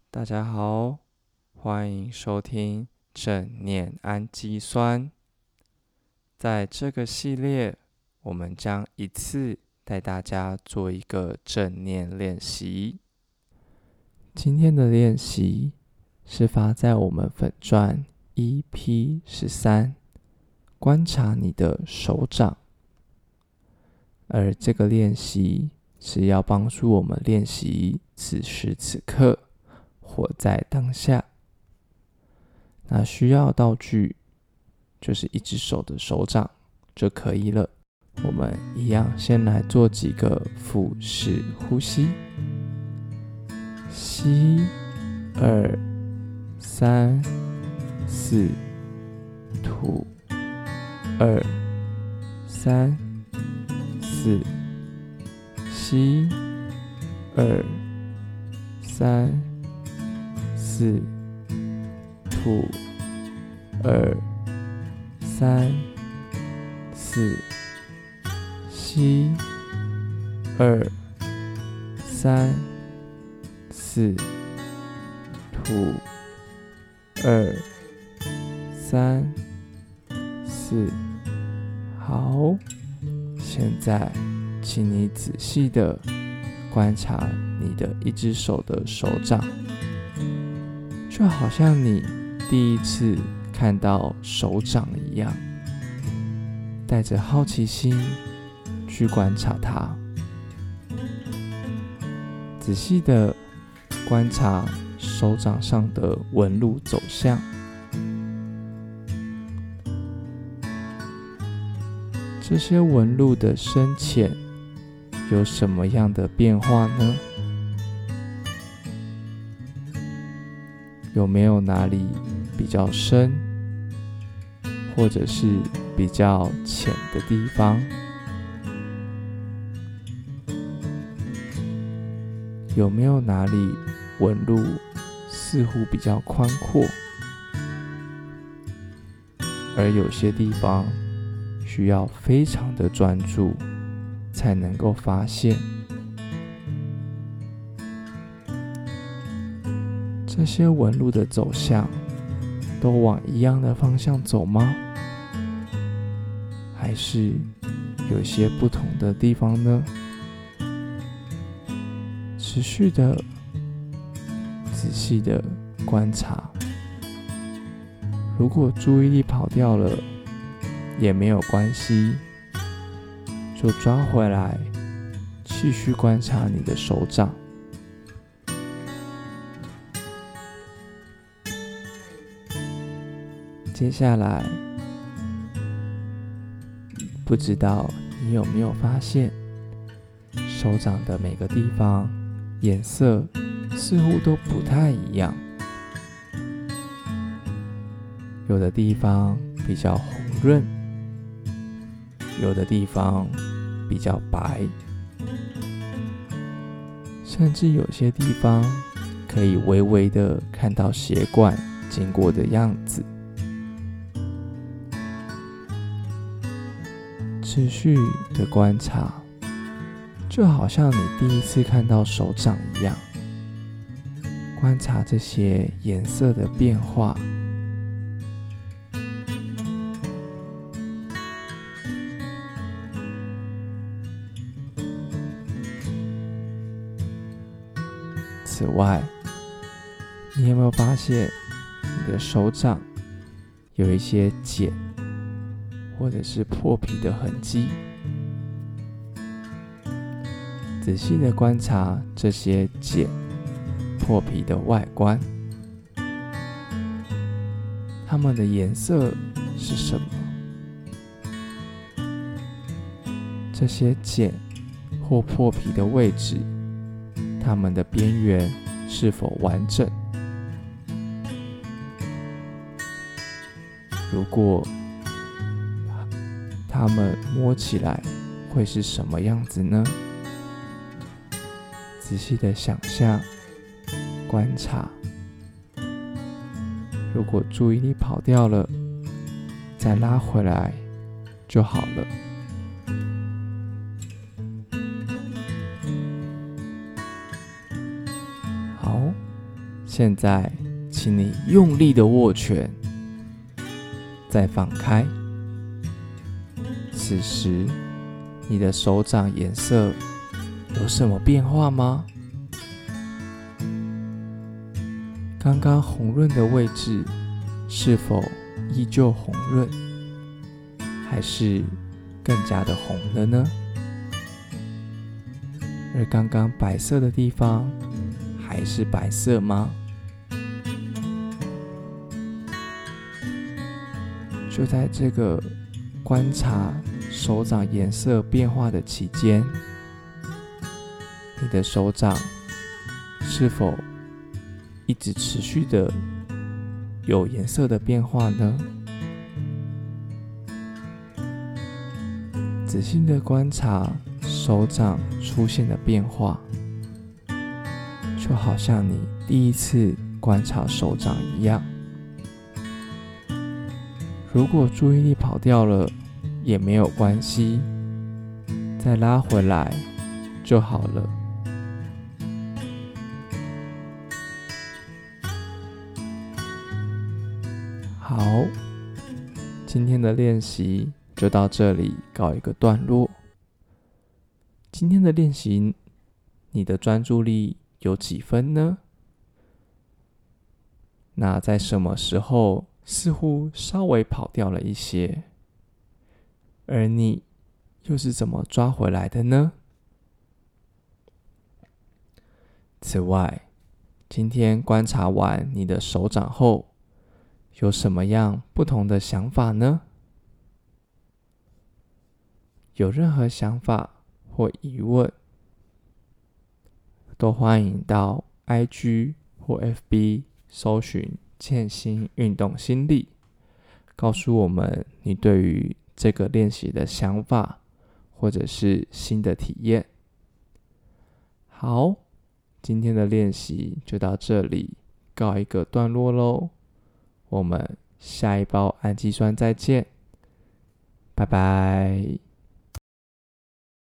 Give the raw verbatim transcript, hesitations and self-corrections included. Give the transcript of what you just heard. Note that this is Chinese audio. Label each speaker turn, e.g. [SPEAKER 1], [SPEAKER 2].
[SPEAKER 1] 大家好，欢迎收听正念氨基酸。在这个系列，我们将一次带大家做一个正念练习。今天的练习是发在我们粉专 E P 十三，观察你的手掌。而这个练习是要帮助我们练习此时此刻活在当下。那需要道具就是一只手的手掌就可以了。我们一样先来做几个腹式呼吸，吸二三四，吐二三四，吸二三四，吐二三四，吸二三四，吐二三四。好，现在请你仔细的观察你的一只手的手掌，就好像你第一次看到手掌一样，带着好奇心去观察它，仔细的观察手掌上的纹路走向。这些纹路的深浅有什么样的变化呢？有没有哪里比较深，或者是比较浅的地方？有没有哪里纹路似乎比较宽阔，而有些地方需要非常的专注才能够发现？这些纹路的走向都往一样的方向走吗？还是有些不同的地方呢？持续的、仔细的观察。如果注意力跑掉了，也没有关系，就抓回来，继续观察你的手掌。接下来，不知道你有没有发现，手掌的每个地方颜色似乎都不太一样，有的地方比较红润，有的地方比较白，甚至有些地方可以微微的看到血管经过的样子。持续的观察，就好像你第一次看到手掌一样，观察这些颜色的变化。此外，你有没有发现你的手掌有一些茧或者是破皮的痕迹？仔细的观察这些茧、破皮的外观，它们的颜色是什么？这些茧或破皮的位置，它们的边缘是否完整？如果它们摸起来会是什么样子呢？仔细的想象、观察。如果注意力跑掉了，再拉回来就好了。好， 现在，请你用力的握拳，再放开。此时，你的手掌颜色有什么变化吗？刚刚红润的位置是否依旧红润，还是更加的红了呢？而刚刚白色的地方还是白色吗？就在这个观察手掌颜色变化的期间，你的手掌是否一直持续的有颜色的变化呢？仔细的观察手掌出现的变化，就好像你第一次观察手掌一样。如果注意力跑掉了也没有关系，再拉回来就好了。好，今天的练习就到这里告一个段落。今天的练习，你的专注力有几分呢？那在什么时候似乎稍微跑掉了一些，而你又是怎么抓回来的呢？此外，今天观察完你的手掌后，有什么样不同的想法呢？有任何想法或疑问，都欢迎到 I G 或 F B 搜寻健心运动心力，告诉我们你对于这个练习的想法，或者是新的体验。好，今天的练习就到这里告一个段落咯。我们下一包氨基酸再见，拜拜。